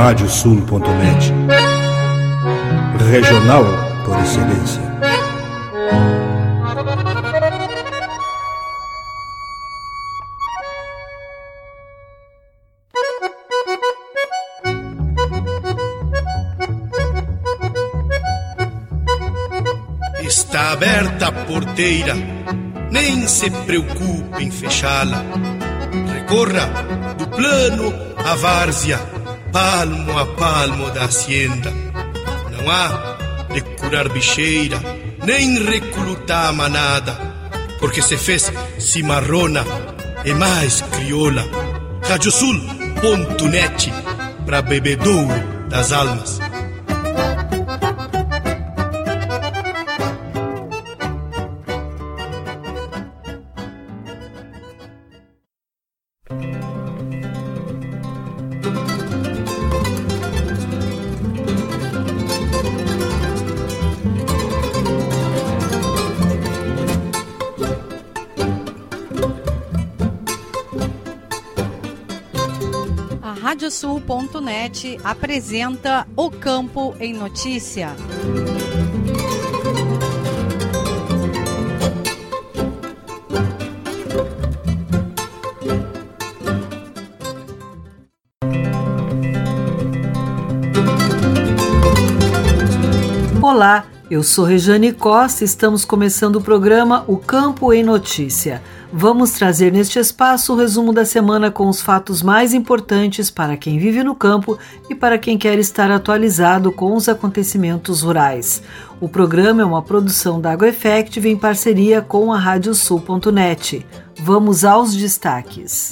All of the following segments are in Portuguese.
radiosul.net. Regional por excelência. Está aberta a porteira, nem se preocupe em fechá-la. Recorra do plano à várzea, palmo a palmo da hacienda. Não há de curar bicheira, nem recrutar manada, porque se fez cimarrona e mais crioula. Radiosul.net, pra bebedouro das almas. Radiosul.net apresenta O Campo em Notícia. Olá, eu sou Rejane Costa e estamos começando o programa O Campo em Notícia. Vamos trazer neste espaço o resumo da semana com os fatos mais importantes para quem vive no campo e para quem quer estar atualizado com os acontecimentos rurais. O programa é uma produção da AgroEffective em parceria com a Radiosul.net. Vamos aos destaques.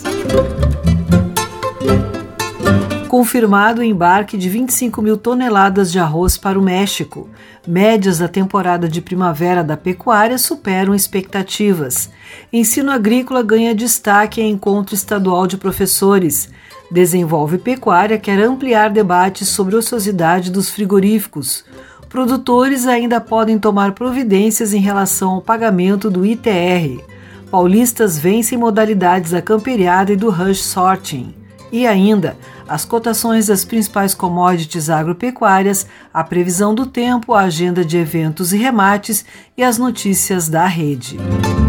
Confirmado o embarque de 25 mil toneladas de arroz para o México. Médias da temporada de primavera da pecuária superam expectativas. Ensino agrícola ganha destaque em encontro estadual de professores. Desenvolve Pecuária quer ampliar debates sobre a ociosidade dos frigoríficos. Produtores ainda podem tomar providências em relação ao pagamento do ITR. Paulistas vencem modalidades da camperiada e do rush sorting. E ainda, as cotações das principais commodities agropecuárias, a previsão do tempo, a agenda de eventos e remates e as notícias da rede.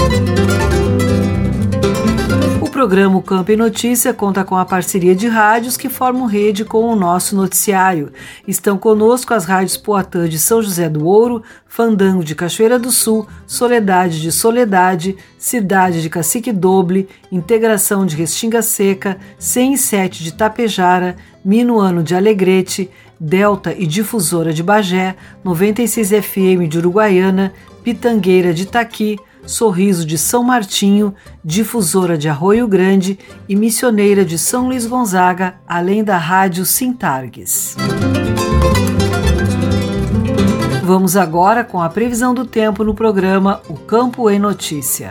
O programa Campo em Notícia conta com a parceria de rádios que formam rede com o nosso noticiário. Estão conosco as rádios Poatã de São José do Ouro, Fandango de Cachoeira do Sul, Soledade de Soledade, Cidade de Cacique Doble, Integração de Restinga Seca, 107 de Tapejara, Minuano de Alegrete, Delta e Difusora de Bagé, 96 FM de Uruguaiana, Pitangueira de Itaqui, Sorriso de São Martinho, Difusora de Arroio Grande e Missioneira de São Luís Gonzaga, além da Rádio Sintargues. Vamos agora com a previsão do tempo no programa O Campo em Notícia.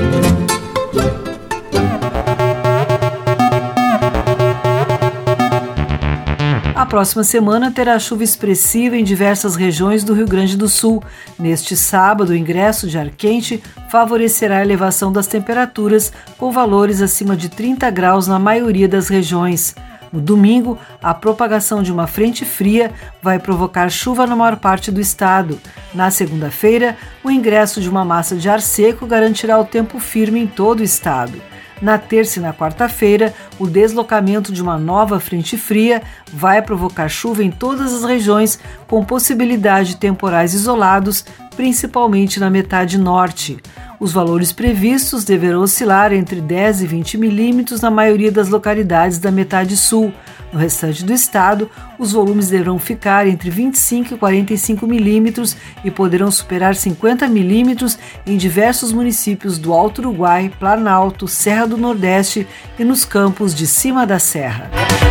A próxima semana terá chuva expressiva em diversas regiões do Rio Grande do Sul. Neste sábado, o ingresso de ar quente favorecerá a elevação das temperaturas, com valores acima de 30 graus na maioria das regiões. No domingo, a propagação de uma frente fria vai provocar chuva na maior parte do estado. Na segunda-feira, o ingresso de uma massa de ar seco garantirá o tempo firme em todo o estado. Na terça e na quarta-feira, o deslocamento de uma nova frente fria vai provocar chuva em todas as regiões, com possibilidade de temporais isolados, principalmente na metade norte. Os valores previstos deverão oscilar entre 10 e 20 milímetros na maioria das localidades da metade sul. No restante do estado, os volumes deverão ficar entre 25 e 45 milímetros e poderão superar 50 milímetros em diversos municípios do Alto Uruguai, Planalto, Serra do Nordeste e nos campos de cima da serra.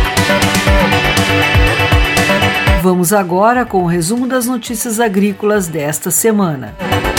Vamos agora com o resumo das notícias agrícolas desta semana.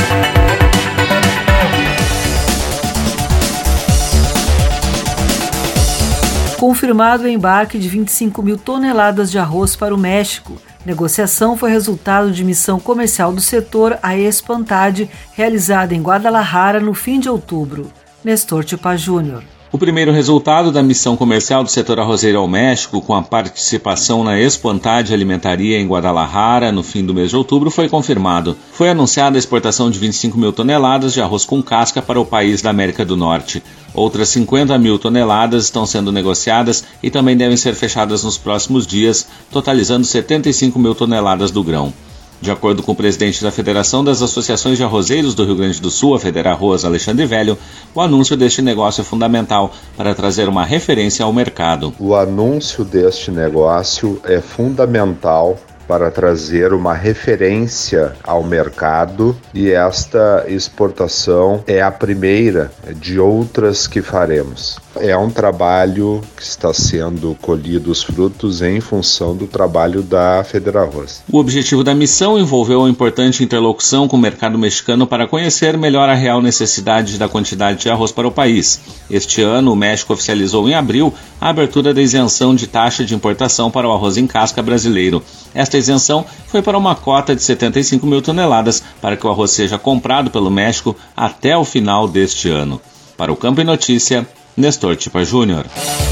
Confirmado o embarque de 25 mil toneladas de arroz para o México. Negociação foi resultado de missão comercial do setor, a Espantade, realizada em Guadalajara no fim de outubro. Nestor Tipa Júnior. O primeiro resultado da missão comercial do setor arrozeiro ao México, com a participação na Expo Antad Alimentaria em Guadalajara no fim do mês de outubro, foi confirmado. Foi anunciada a exportação de 25 mil toneladas de arroz com casca para o país da América do Norte. Outras 50 mil toneladas estão sendo negociadas e também devem ser fechadas nos próximos dias, totalizando 75 mil toneladas do grão. De acordo com o presidente da Federação das Associações de Arrozeiros do Rio Grande do Sul, a Federarroz, Alexandre Velho, o anúncio deste negócio é fundamental para trazer uma referência ao mercado. O anúncio deste negócio é fundamental para trazer uma referência ao mercado, e esta exportação é a primeira de outras que faremos. É um trabalho que está sendo colhido os frutos em função do trabalho da Federarroz. O objetivo da missão envolveu uma importante interlocução com o mercado mexicano para conhecer melhor a real necessidade da quantidade de arroz para o país. Este ano, o México oficializou em abril a abertura da isenção de taxa de importação para o arroz em casca brasileiro. Esta isenção foi para uma cota de 75 mil toneladas para que o arroz seja comprado pelo México até o final deste ano. Para o Campo e Notícia, Nestor Tipa Júnior.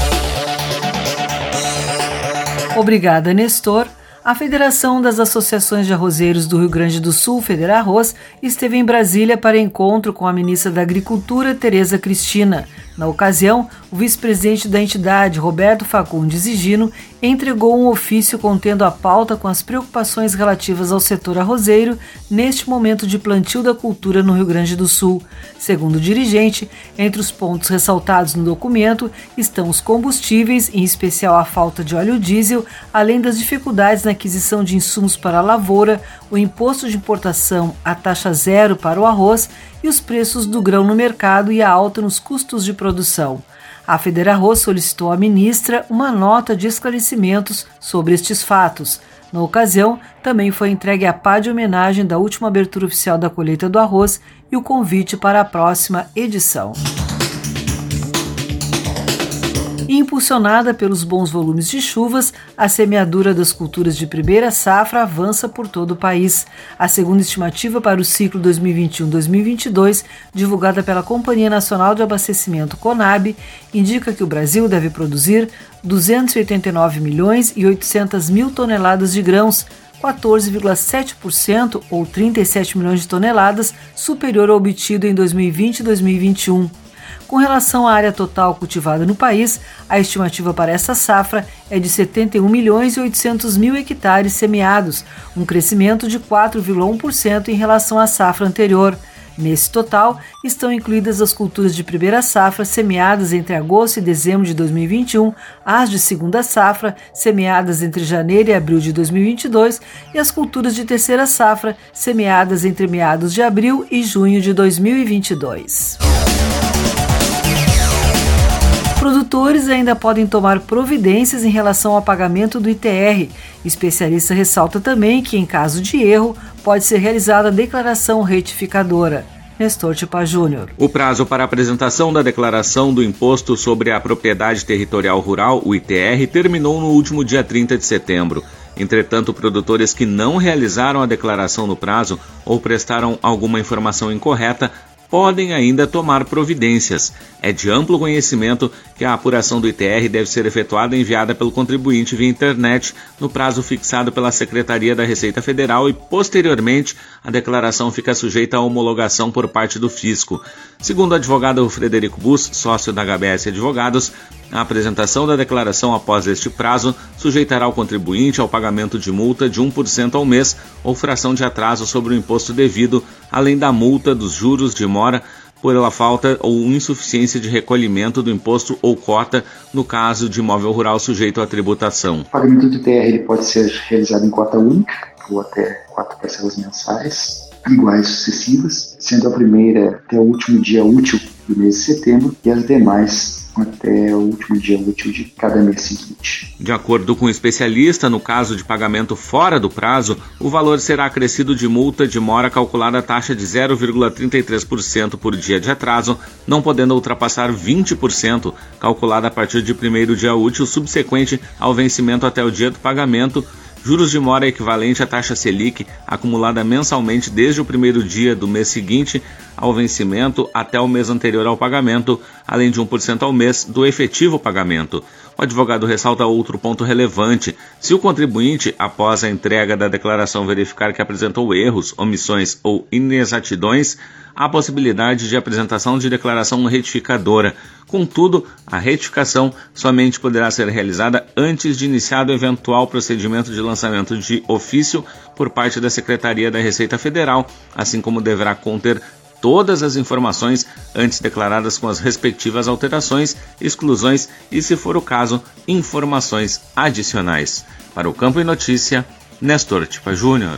Obrigada, Nestor. A Federação das Associações de Arrozeiros do Rio Grande do Sul, Federarroz, esteve em Brasília para encontro com a ministra da Agricultura, Tereza Cristina. Na ocasião, o vice-presidente da entidade, Roberto Facundes Higino, entregou um ofício contendo a pauta com as preocupações relativas ao setor arrozeiro neste momento de plantio da cultura no Rio Grande do Sul. Segundo o dirigente, entre os pontos ressaltados no documento estão os combustíveis, em especial a falta de óleo diesel, além das dificuldades na aquisição de insumos para a lavoura, o imposto de importação, a taxa zero para o arroz e os preços do grão no mercado e a alta nos custos de produção. A Federarroz solicitou à ministra uma nota de esclarecimentos sobre estes fatos. Na ocasião, também foi entregue a pá de homenagem da última abertura oficial da colheita do arroz e o convite para a próxima edição. Impulsionada pelos bons volumes de chuvas, a semeadura das culturas de primeira safra avança por todo o país. A segunda estimativa para o ciclo 2021-2022, divulgada pela Companhia Nacional de Abastecimento CONAB, indica que o Brasil deve produzir 289 milhões e 800 mil toneladas de grãos, 14,7% ou 37 milhões de toneladas superior ao obtido em 2020 e 2021. Com relação à área total cultivada no país, a estimativa para essa safra é de 71 milhões e 800 mil hectares semeados, um crescimento de 4,1% em relação à safra anterior. Nesse total, estão incluídas as culturas de primeira safra semeadas entre agosto e dezembro de 2021, as de segunda safra semeadas entre janeiro e abril de 2022 e as culturas de terceira safra semeadas entre meados de abril e junho de 2022. Produtores ainda podem tomar providências em relação ao pagamento do ITR. O especialista ressalta também que, em caso de erro, pode ser realizada a declaração retificadora. Nestor Tipa Júnior. O prazo para apresentação da declaração do Imposto sobre a Propriedade Territorial Rural, o ITR, terminou no último dia 30 de setembro. Entretanto, produtores que não realizaram a declaração no prazo ou prestaram alguma informação incorreta podem ainda tomar providências. É de amplo conhecimento que a apuração do ITR deve ser efetuada e enviada pelo contribuinte via internet no prazo fixado pela Secretaria da Receita Federal e, posteriormente, a declaração fica sujeita à homologação por parte do fisco. Segundo o advogado Frederico Bus, sócio da HBS Advogados, a apresentação da declaração após este prazo sujeitará o contribuinte ao pagamento de multa de 1% ao mês ou fração de atraso sobre o imposto devido, além da multa dos juros de mora pela falta ou insuficiência de recolhimento do imposto ou cota no caso de imóvel rural sujeito à tributação. O pagamento do ITR ele pode ser realizado em cota única ou até 4 parcelas mensais, iguais sucessivas, sendo a primeira até o último dia útil do mês de setembro e as demais até o último dia útil de cada mês seguinte. De acordo com o especialista, no caso de pagamento fora do prazo, o valor será acrescido de multa de mora calculada a taxa de 0,33% por dia de atraso, não podendo ultrapassar 20%, calculada a partir de primeiro dia útil subsequente ao vencimento até o dia do pagamento, juros de mora equivalente à taxa Selic, acumulada mensalmente desde o primeiro dia do mês seguinte ao vencimento até o mês anterior ao pagamento, além de 1% ao mês do efetivo pagamento. O advogado ressalta outro ponto relevante. Se o contribuinte, após a entrega da declaração, verificar que apresentou erros, omissões ou inexatidões, há possibilidade de apresentação de declaração retificadora. Contudo, a retificação somente poderá ser realizada antes de iniciado o eventual procedimento de lançamento de ofício por parte da Secretaria da Receita Federal, assim como deverá conter todas as informações antes declaradas com as respectivas alterações, exclusões e, se for o caso, informações adicionais. Para o Campo e Notícia, Nestor Tipa Júnior.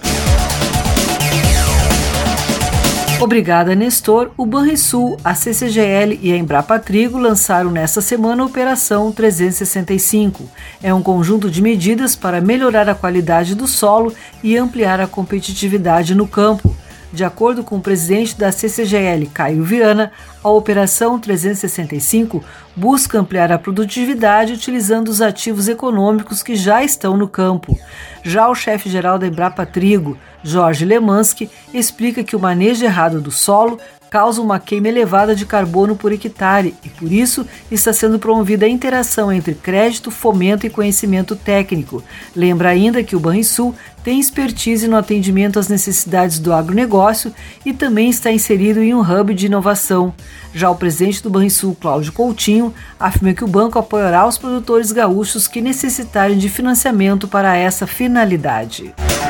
Obrigada, Nestor. O Banrisul, a CCGL e a Embrapa Trigo lançaram nesta semana a Operação 365. É um conjunto de medidas para melhorar a qualidade do solo e ampliar a competitividade no campo. De acordo com o presidente da CCGL, Caio Viana, a Operação 365 busca ampliar a produtividade utilizando os ativos econômicos que já estão no campo. Já o chefe-geral da Embrapa Trigo, Jorge Lemansky, explica que o manejo errado do solo causa uma queima elevada de carbono por hectare e, por isso, está sendo promovida a interação entre crédito, fomento e conhecimento técnico. Lembra ainda que o Banrisul tem expertise no atendimento às necessidades do agronegócio e também está inserido em um hub de inovação. Já o presidente do Banrisul, Cláudio Coutinho, afirma que o banco apoiará os produtores gaúchos que necessitarem de financiamento para essa finalidade.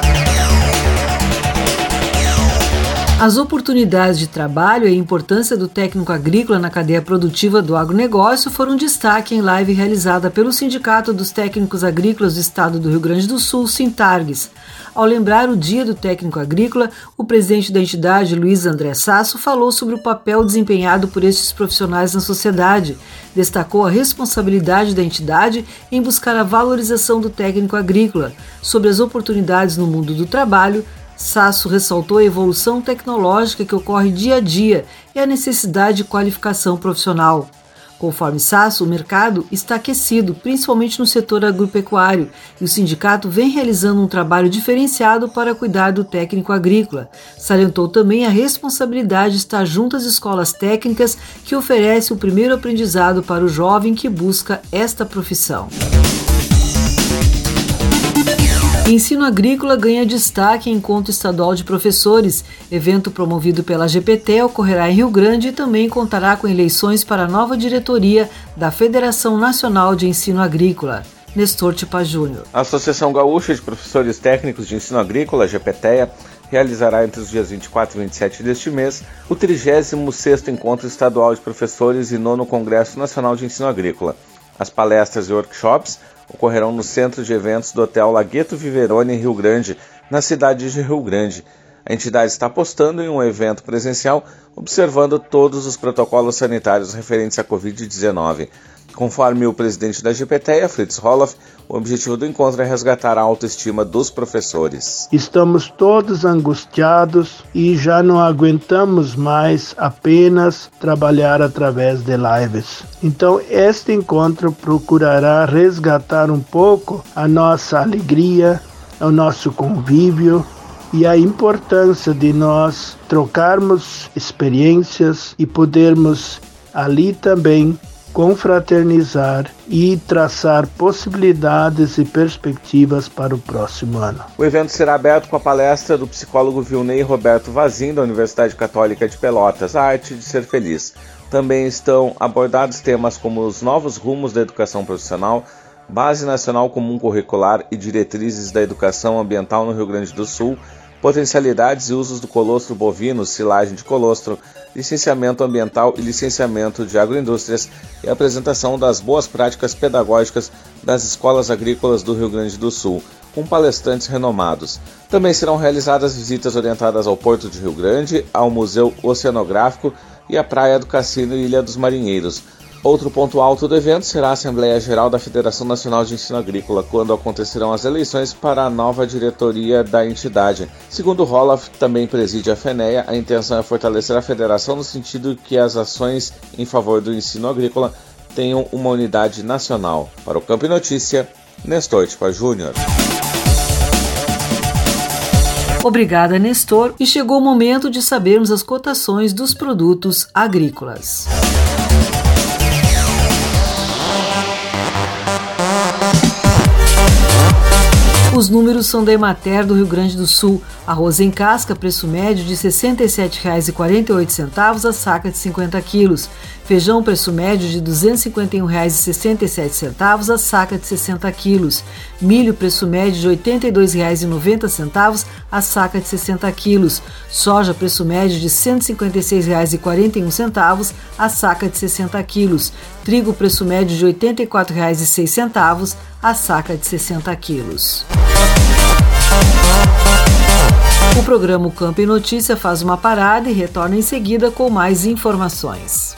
As oportunidades de trabalho e a importância do técnico agrícola na cadeia produtiva do agronegócio foram destaque em live realizada pelo Sindicato dos Técnicos Agrícolas do Estado do Rio Grande do Sul, Sintargues. Ao lembrar o Dia do Técnico Agrícola, o presidente da entidade, Luiz André Sasso, falou sobre o papel desempenhado por estes profissionais na sociedade. Destacou a responsabilidade da entidade em buscar a valorização do técnico agrícola. Sobre as oportunidades no mundo do trabalho, Sasso ressaltou a evolução tecnológica que ocorre dia a dia e a necessidade de qualificação profissional. Conforme Sasso, o mercado está aquecido, principalmente no setor agropecuário, e o sindicato vem realizando um trabalho diferenciado para cuidar do técnico agrícola. Salientou também a responsabilidade de estar junto às escolas técnicas que oferecem o primeiro aprendizado para o jovem que busca esta profissão. Ensino agrícola ganha destaque em Encontro Estadual de Professores. Evento promovido pela GPT ocorrerá em Rio Grande e também contará com eleições para a nova diretoria da Federação Nacional de Ensino Agrícola. Nestor Tipa Júnior. A Associação Gaúcha de Professores Técnicos de Ensino Agrícola, GPTEA, realizará entre os dias 24 e 27 deste mês o 36º Encontro Estadual de Professores e 9º Congresso Nacional de Ensino Agrícola. As palestras e workshops ocorrerão no Centro de Eventos do Hotel Lagueto Viverone, em Rio Grande, na cidade de Rio Grande. A entidade está apostando em um evento presencial, observando todos os protocolos sanitários referentes à Covid-19. Conforme o presidente da GPTEA, Fritz Roloff, o objetivo do encontro é resgatar a autoestima dos professores. Estamos todos angustiados e já não aguentamos mais apenas trabalhar através de lives. Então, este encontro procurará resgatar um pouco a nossa alegria, o nosso convívio e a importância de nós trocarmos experiências e podermos ali também confraternizar e traçar possibilidades e perspectivas para o próximo ano. O evento será aberto com a palestra do psicólogo Vilney Roberto Vazim, da Universidade Católica de Pelotas, A Arte de Ser Feliz. Também estão abordados temas como os novos rumos da educação profissional, Base Nacional Comum Curricular e Diretrizes da Educação Ambiental no Rio Grande do Sul, potencialidades e usos do colostro bovino, silagem de colostro, licenciamento ambiental e licenciamento de agroindústrias e apresentação das boas práticas pedagógicas das escolas agrícolas do Rio Grande do Sul, com palestrantes renomados. Também serão realizadas visitas orientadas ao Porto de Rio Grande, ao Museu Oceanográfico e à Praia do Cassino e Ilha dos Marinheiros. Outro ponto alto do evento será a Assembleia Geral da Federação Nacional de Ensino Agrícola, quando acontecerão as eleições para a nova diretoria da entidade. Segundo Roloff, que também preside a FENEA, a intenção é fortalecer a federação no sentido que as ações em favor do ensino agrícola tenham uma unidade nacional. Para o Campo e Notícia, Nestor Tipa Júnior. Obrigada, Nestor, e chegou o momento de sabermos as cotações dos produtos agrícolas. Os números são da Emater do Rio Grande do Sul. Arroz em casca, preço médio de R$ 67,48 a saca de 50 quilos. Feijão, preço médio de R$ 251,67 a saca de 60 quilos. Milho, preço médio de R$ 82,90 a saca de 60 quilos. Soja, preço médio de R$ 156,41 a saca de 60 quilos. Trigo, preço médio de R$ 84,06 a saca de 60 quilos. O programa Campo em Notícia faz uma parada e retorna em seguida com mais informações.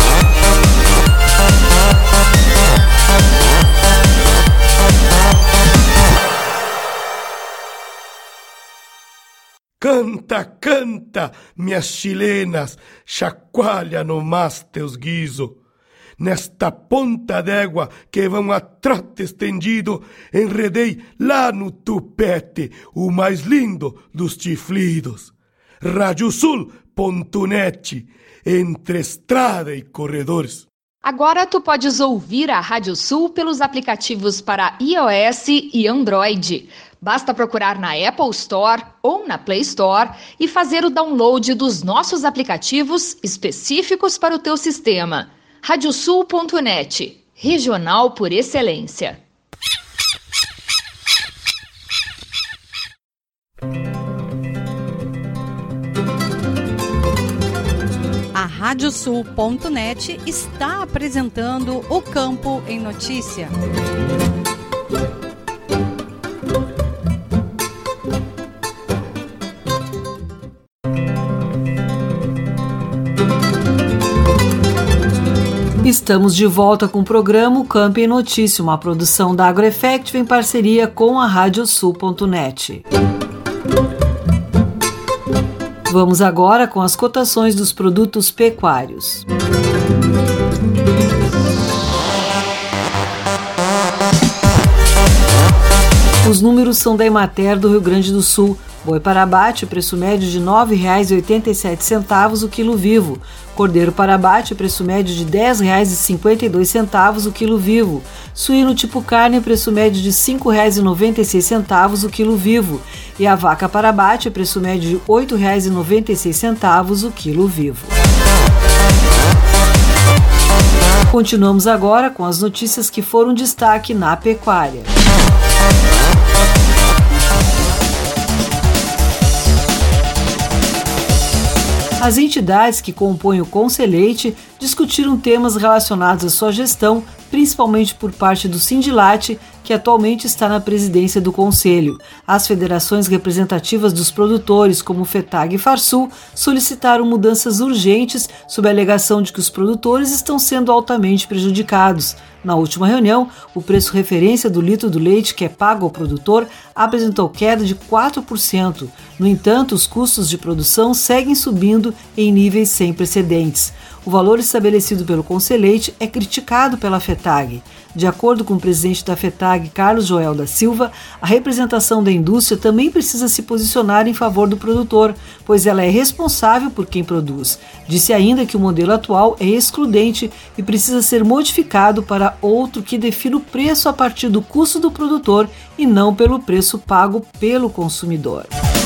Canta, canta, minhas chilenas, chacoalha no mas teus guiso. Nesta ponta d'égua que vão a trote estendido, enredei lá no tupete o mais lindo dos chiflidos. Radiosul.net, entre estrada e corredores. Agora tu podes ouvir a Rádio Sul pelos aplicativos para iOS e Android. Basta procurar na Apple Store ou na Play Store e fazer o download dos nossos aplicativos específicos para o teu sistema. Radiosul.net, regional por excelência. A Radiosul.net está apresentando o Campo em Notícia. Estamos de volta com o programa Campo em Notícia, uma produção da AgroEffective em parceria com a Radiosul.net. Vamos agora com as cotações dos produtos pecuários. Os números são da Emater do Rio Grande do Sul. Boi para abate, preço médio de R$ 9,87 o quilo vivo. Cordeiro para abate, preço médio de R$ 10,52 o quilo vivo. Suíno tipo carne, preço médio de R$ 5,96 o quilo vivo. E a vaca para abate, preço médio de R$ 8,96 o quilo vivo. Continuamos agora com as notícias que foram destaque na pecuária. As entidades que compõem o Conselheite discutiram temas relacionados à sua gestão, principalmente por parte do Sindilate, que atualmente está na presidência do Conselho. As federações representativas dos produtores, como FETAG e Farsul, solicitaram mudanças urgentes sob a alegação de que os produtores estão sendo altamente prejudicados. Na última reunião, o preço referência do litro do leite que é pago ao produtor apresentou queda de 4%. No entanto, os custos de produção seguem subindo em níveis sem precedentes. O valor estabelecido pelo Conselheite é criticado pela FETAG. De acordo com o presidente da FETAG, Carlos Joel da Silva, a representação da indústria também precisa se posicionar em favor do produtor, pois ela é responsável por quem produz. Disse ainda que o modelo atual é excludente e precisa ser modificado para outro que defina o preço a partir do custo do produtor e não pelo preço pago pelo consumidor.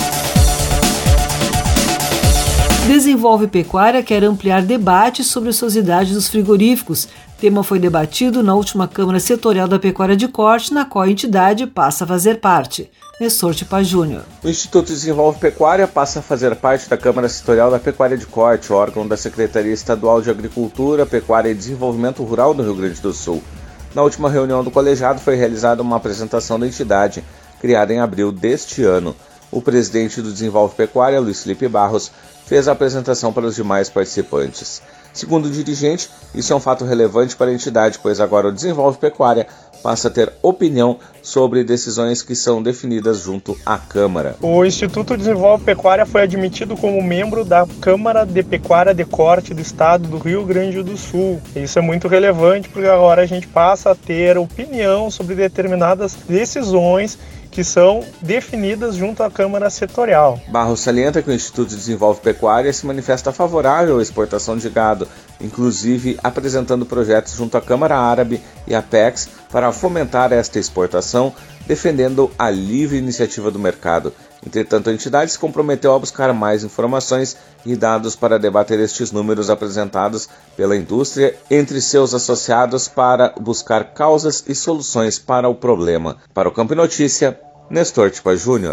Desenvolve Pecuária quer ampliar debates sobre a ociosidade dos frigoríficos. O tema foi debatido na última Câmara Setorial da Pecuária de Corte, na qual a entidade passa a fazer parte. Nestor Tipa Júnior. O Instituto Desenvolve Pecuária passa a fazer parte da Câmara Setorial da Pecuária de Corte, órgão da Secretaria Estadual de Agricultura, Pecuária e Desenvolvimento Rural do Rio Grande do Sul. Na última reunião do colegiado foi realizada uma apresentação da entidade, criada em abril deste ano. O presidente do Desenvolve Pecuária, Luiz Felipe Barros, fez a apresentação para os demais participantes. Segundo o dirigente, isso é um fato relevante para a entidade, pois agora o Desenvolve Pecuária passa a ter opinião sobre decisões que são definidas junto à Câmara. O Instituto Desenvolve Pecuária foi admitido como membro da Câmara de Pecuária de Corte do Estado do Rio Grande do Sul. Isso é muito relevante porque agora a gente passa a ter opinião sobre determinadas decisões que são definidas junto à Câmara Setorial. Barros salienta que o Instituto Desenvolve Pecuária se manifesta favorável à exportação de gado, inclusive apresentando projetos junto à Câmara Árabe e à Apex para fomentar esta exportação, defendendo a livre iniciativa do mercado. Entretanto, a entidade se comprometeu a buscar mais informações e dados para debater estes números apresentados pela indústria entre seus associados para buscar causas e soluções para o problema. Para o Campo Notícia, Nestor Tipa Júnior.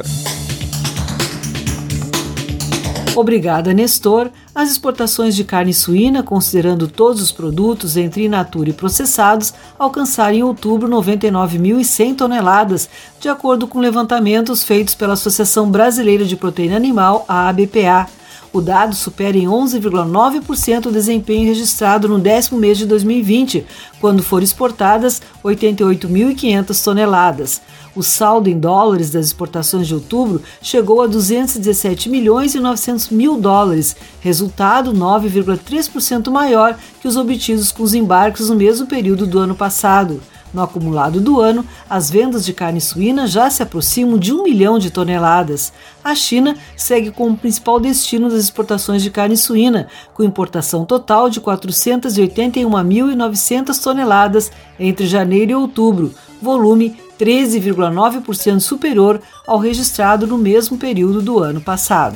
Obrigada, Nestor. As exportações de carne suína, considerando todos os produtos entre in natura e processados, alcançaram em outubro 99.100 toneladas, de acordo com levantamentos feitos pela Associação Brasileira de Proteína Animal, a ABPA. O dado supera em 11,9% o desempenho registrado no 10º mês de 2020, quando foram exportadas 88.500 toneladas. O saldo em dólares das exportações de outubro chegou a 217 milhões e 900 mil dólares, resultado 9,3% maior que os obtidos com os embarques no mesmo período do ano passado. No acumulado do ano, as vendas de carne suína já se aproximam de 1 milhão de toneladas. A China segue como principal destino das exportações de carne suína, com importação total de 481.900 toneladas entre janeiro e outubro, volume 13,9% superior ao registrado no mesmo período do ano passado.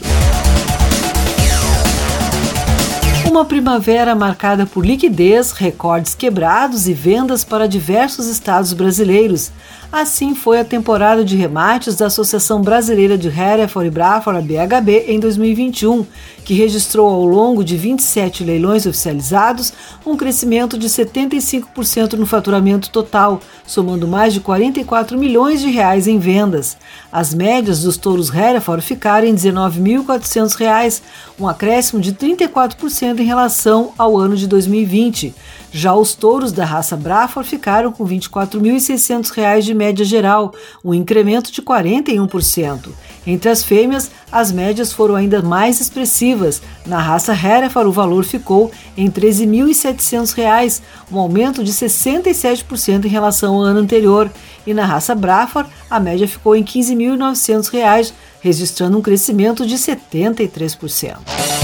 Uma primavera marcada por liquidez, recordes quebrados e vendas para diversos estados brasileiros. Assim foi a temporada de remates da Associação Brasileira de Hereford e Braford, a BHB, em 2021, que registrou ao longo de 27 leilões oficializados um crescimento de 75% no faturamento total, somando mais de 44 milhões de reais em vendas. As médias dos touros Hereford ficaram em R$ 19.400, um acréscimo de 34% em relação ao ano de 2020. Já os touros da raça Braford ficaram com R$ 24.600 de média geral, um incremento de 41%. Entre as fêmeas, as médias foram ainda mais expressivas. Na raça Hereford, o valor ficou em R$ 13.700, um aumento de 67% em relação ao ano anterior. E na raça Braford, a média ficou em R$ 15.900, registrando um crescimento de 73%.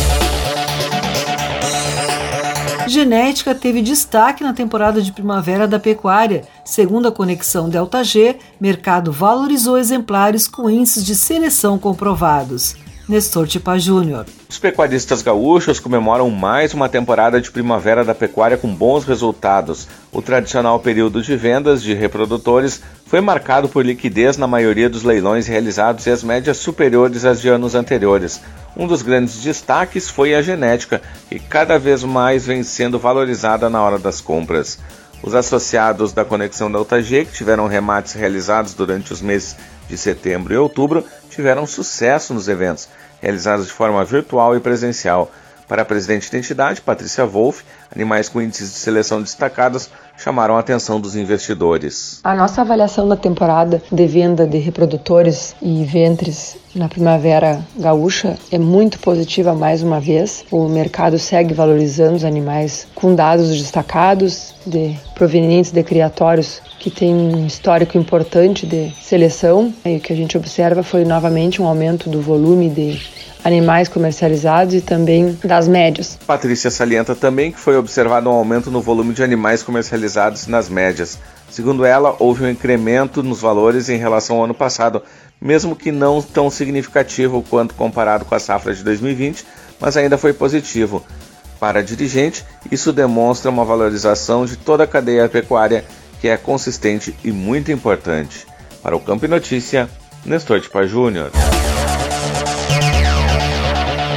Genética teve destaque na temporada de primavera da pecuária. Segundo a Conexão Delta G, mercado valorizou exemplares com índices de seleção comprovados. Nestor Tipa Júnior. Os pecuaristas gaúchos comemoram mais uma temporada de primavera da pecuária com bons resultados. O tradicional período de vendas de reprodutores foi marcado por liquidez na maioria dos leilões realizados e as médias superiores às de anos anteriores. Um dos grandes destaques foi a genética, que cada vez mais vem sendo valorizada na hora das compras. Os associados da Conexão Delta G, que tiveram remates realizados durante os meses de setembro e outubro, tiveram sucesso nos eventos, realizados de forma virtual e presencial. Para a presidente da entidade, Patrícia Wolff, animais com índices de seleção destacados chamaram a atenção dos investidores. A nossa avaliação da temporada de venda de reprodutores e ventres na primavera gaúcha é muito positiva mais uma vez. O mercado segue valorizando os animais com dados destacados, provenientes de criatórios que têm um histórico importante de seleção. E o que a gente observa foi novamente um aumento do volume de animais comercializados e também das médias. Patrícia salienta também que foi observado um aumento no volume de animais comercializados nas médias. Segundo ela, houve um incremento nos valores em relação ao ano passado, mesmo que não tão significativo quanto comparado com a safra de 2020, mas ainda foi positivo. Para a dirigente, isso demonstra uma valorização de toda a cadeia pecuária que é consistente e muito importante. Para o Campo e Notícia, Nestor Tipa Júnior. O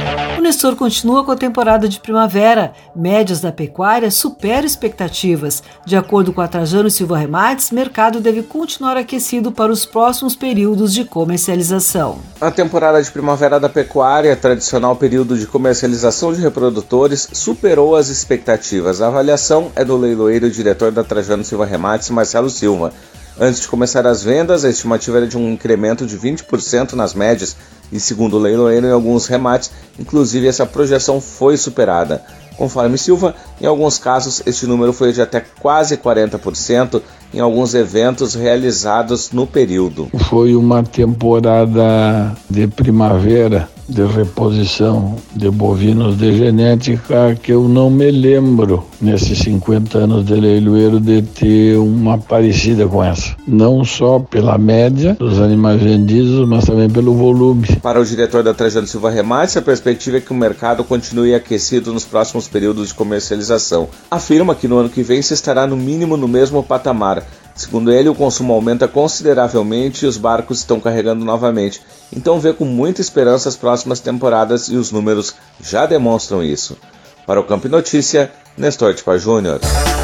Nestor continua com a temporada de primavera. Médias da pecuária superam expectativas. De acordo com a Trajano Silva Remates, o mercado deve continuar aquecido para os próximos períodos de comercialização. A temporada de primavera da pecuária, tradicional período de comercialização de reprodutores, superou as expectativas. A avaliação é do leiloeiro e diretor da Trajano Silva Remates, Marcelo Silva. Antes de começar as vendas, a estimativa era de um incremento de 20% nas médias e, segundo o leiloeiro, em alguns remates, inclusive essa projeção foi superada. Conforme Silva, em alguns casos, este número foi de até quase 40% em alguns eventos realizados no período. Foi uma temporada de primavera, de reposição de bovinos de genética que eu não me lembro, nesses 50 anos de leiloeiro, de ter uma parecida com essa. Não só pela média dos animais vendidos, mas também pelo volume. Para o diretor da Trajano Silva Remates, a perspectiva é que o mercado continue aquecido nos próximos períodos de comercialização. Afirma que no ano que vem se estará no mínimo no mesmo patamar. Segundo ele, o consumo aumenta consideravelmente e os barcos estão carregando novamente. Então vê com muita esperança as próximas temporadas e os números já demonstram isso. Para o Campo Notícia, Nestor Tipa Júnior.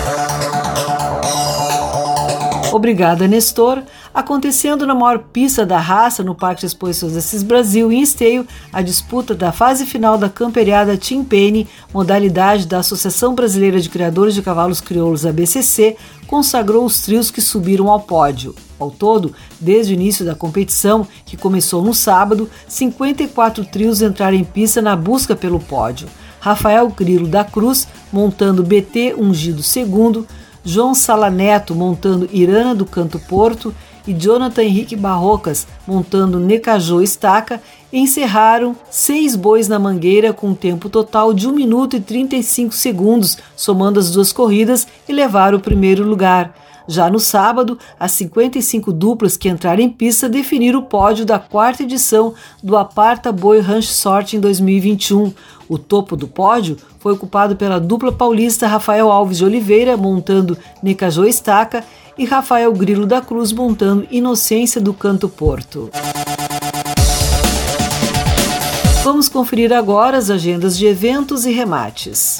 Obrigada, Nestor. Acontecendo na maior pista da raça no Parque de Exposições Assis Brasil, em Esteio, a disputa da fase final da camperiada Team Penny, modalidade da Associação Brasileira de Criadores de Cavalos Crioulos, ABCC, consagrou os trios que subiram ao pódio. Ao todo, desde o início da competição, que começou no sábado, 54 trios entraram em pista na busca pelo pódio. Rafael Grilo da Cruz, montando BT Ungido II, João Salaneto, montando Irana do Canto Porto, e Jonathan Henrique Barrocas, montando Necajô Estaca, encerraram 6 bois na mangueira com um tempo total de 1 minuto e 35 segundos, somando as 2 corridas, e levaram o primeiro lugar. Já no sábado, as 55 duplas que entraram em pista definiram o pódio da 4ª edição do Aparta Boi Ranch Sorte em 2021. O topo do pódio foi ocupado pela dupla paulista Rafael Alves de Oliveira, montando Necajô Estaca, e Rafael Grilo da Cruz, montando Inocência do Canto Porto. Vamos conferir agora as agendas de eventos e remates.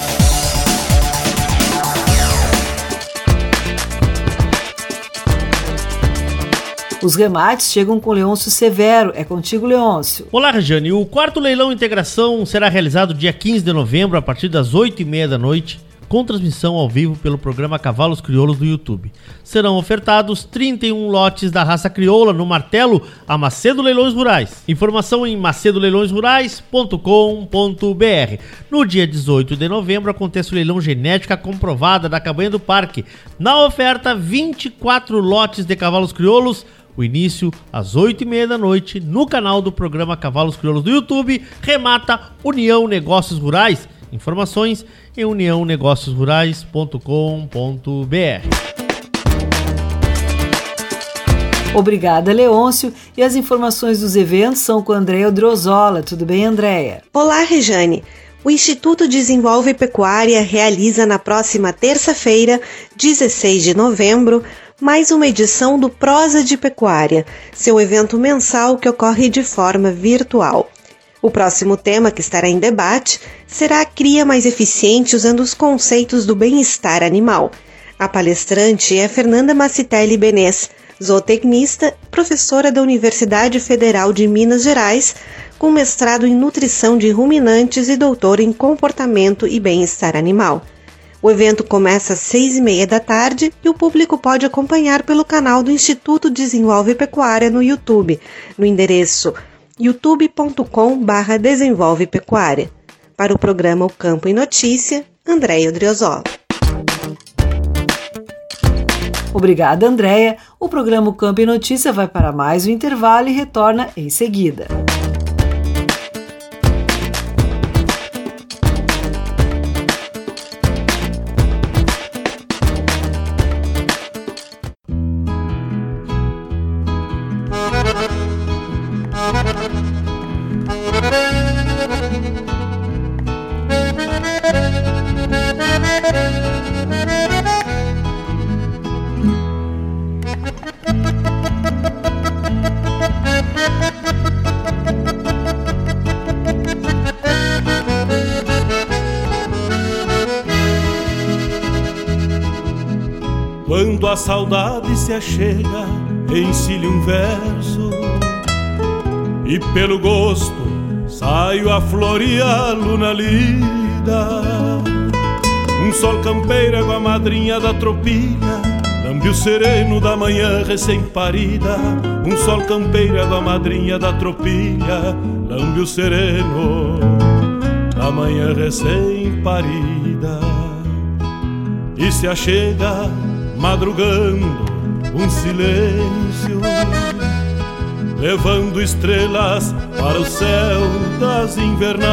Os remates chegam com Leôncio Severo. É contigo, Leôncio. Olá, Regiane. O 4º leilão Integração será realizado dia 15 de novembro, a partir das 8h30 da noite, com transmissão ao vivo pelo programa Cavalos Crioulos do YouTube. Serão ofertados 31 lotes da raça crioula no martelo a Macedo Leilões Rurais. Informação em macedoleilõesrurais.com.br. No dia 18 de novembro acontece o leilão Genética Comprovada da Cabanha do Parque. Na oferta, 24 lotes de cavalos crioulos. O início às 8h30 da noite no canal do programa Cavalos Crioulos do YouTube. Remata União Negócios Rurais. Informações em uniãonegóciosrurais.com.br. Obrigada, Leôncio. E as informações dos eventos são com a Andréia Odriozola. Tudo bem, Andréia? Olá, Rejane. O Instituto Desenvolve Pecuária realiza na próxima terça-feira, 16 de novembro, mais uma edição do Prosa de Pecuária, seu evento mensal que ocorre de forma virtual. O próximo tema que estará em debate será a cria mais eficiente usando os conceitos do bem-estar animal. A palestrante é Fernanda Macitelli Benez, zootecnista, professora da Universidade Federal de Minas Gerais, com mestrado em nutrição de ruminantes e doutora em comportamento e bem-estar animal. O evento começa às 6h30 da tarde e o público pode acompanhar pelo canal do Instituto Desenvolve Pecuária no YouTube, no endereço youtube.com/desenvolvepecuária. Para o programa O Campo em Notícia, Andréia Odriozola. Obrigada, Andréia. O programa O Campo em Notícia vai para mais um intervalo e retorna em seguida. Quando a saudade se achega, ensile um verso e pelo gosto saio a floreá-lo na lida. Um sol campeiro, água madrinha da tropilha, lambe o sereno da manhã recém-parida. Um sol campeiro, água madrinha da tropilha, lambe o sereno da manhã recém-parida. E se achega madrugando um silêncio, levando estrelas para o céu das invernadas.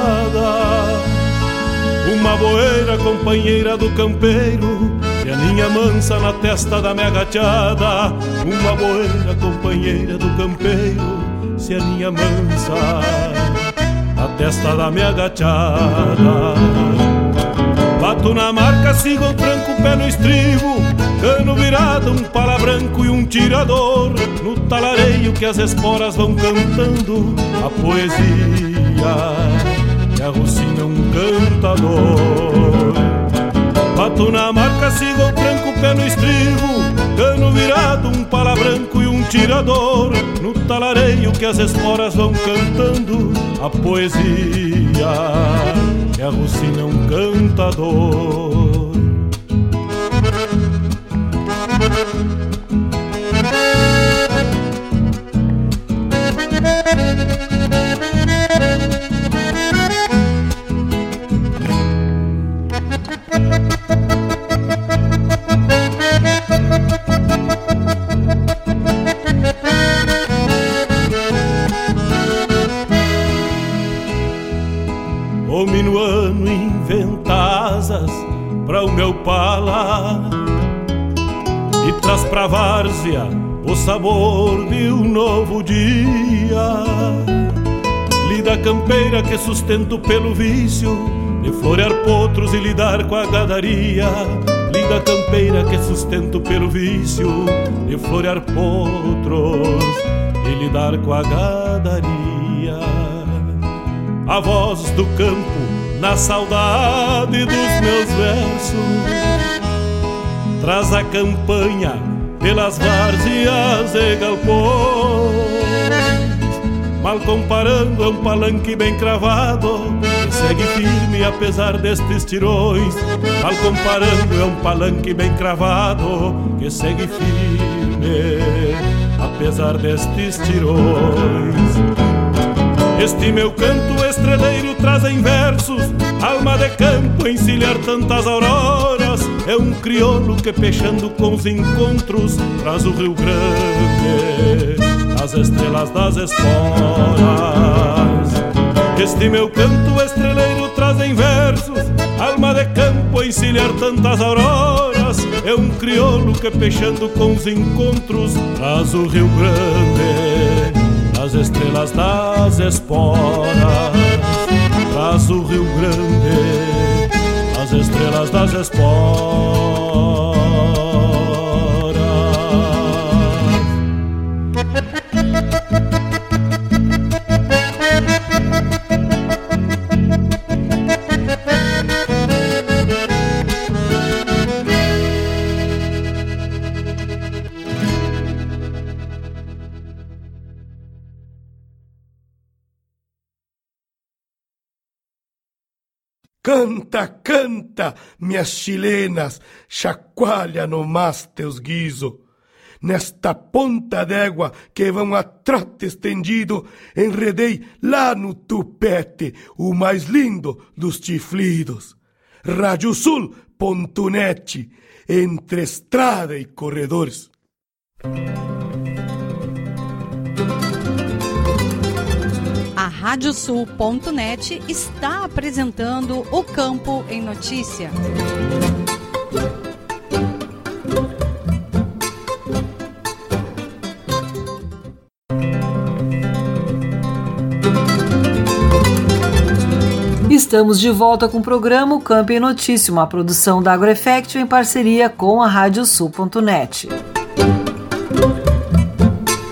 Uma boeira companheira do campeiro que aninha mansa na testa da minha gachada. Uma boeira companheira do campeiro se aninha mansa na testa da minha gachada. Bato na marca, sigo o tranco, pé no estribo, cano virado, um pala branco e um tirador. No talareio que as esporas vão cantando a poesia que arrocina um cantador. Bato na marca, sigo o tranco, pé no estribo, cano virado, um pala branco e um tirador. No talareio que as esporas vão cantando a poesia que arrocina um cantador. O minuano inventa asas pra o meu pala e traz pra várzea o sabor de um novo dia. Lida campeira que sustento pelo vício de florear potros e lidar com a gadaria. Lida campeira que sustento pelo vício de florear potros e lidar com a gadaria. A voz do campo na saudade dos meus versos traz a campanha pelas várzeas e galpões. Mal comparando é um palanque bem cravado que segue firme apesar destes tirões. Mal comparando é um palanque bem cravado que segue firme apesar destes tirões. Este meu canto estreleiro traz em versos alma de campo, encilhar tantas auroras. É um crioulo que peixando com os encontros traz o Rio Grande, as estrelas das esporas. Este meu canto estreleiro traz em versos alma de campo, encilhar tantas auroras. É um crioulo que peixando com os encontros traz o Rio Grande, as estrelas das esporas. Traz o Rio Grande, as estrelas das esporas. Canta, canta, minhas chilenas, chacoalha no mas teus guiso. Nesta ponta d'égua que vão a trote estendido, enredei lá no tupete o mais lindo dos chiflidos. Radiosul.net, entre estrada e corredores. A Radiosul.net está apresentando o Campo em Notícia. Estamos de volta com o programa O Campo em Notícia, uma produção da AgroEffect em parceria com a Radiosul.net.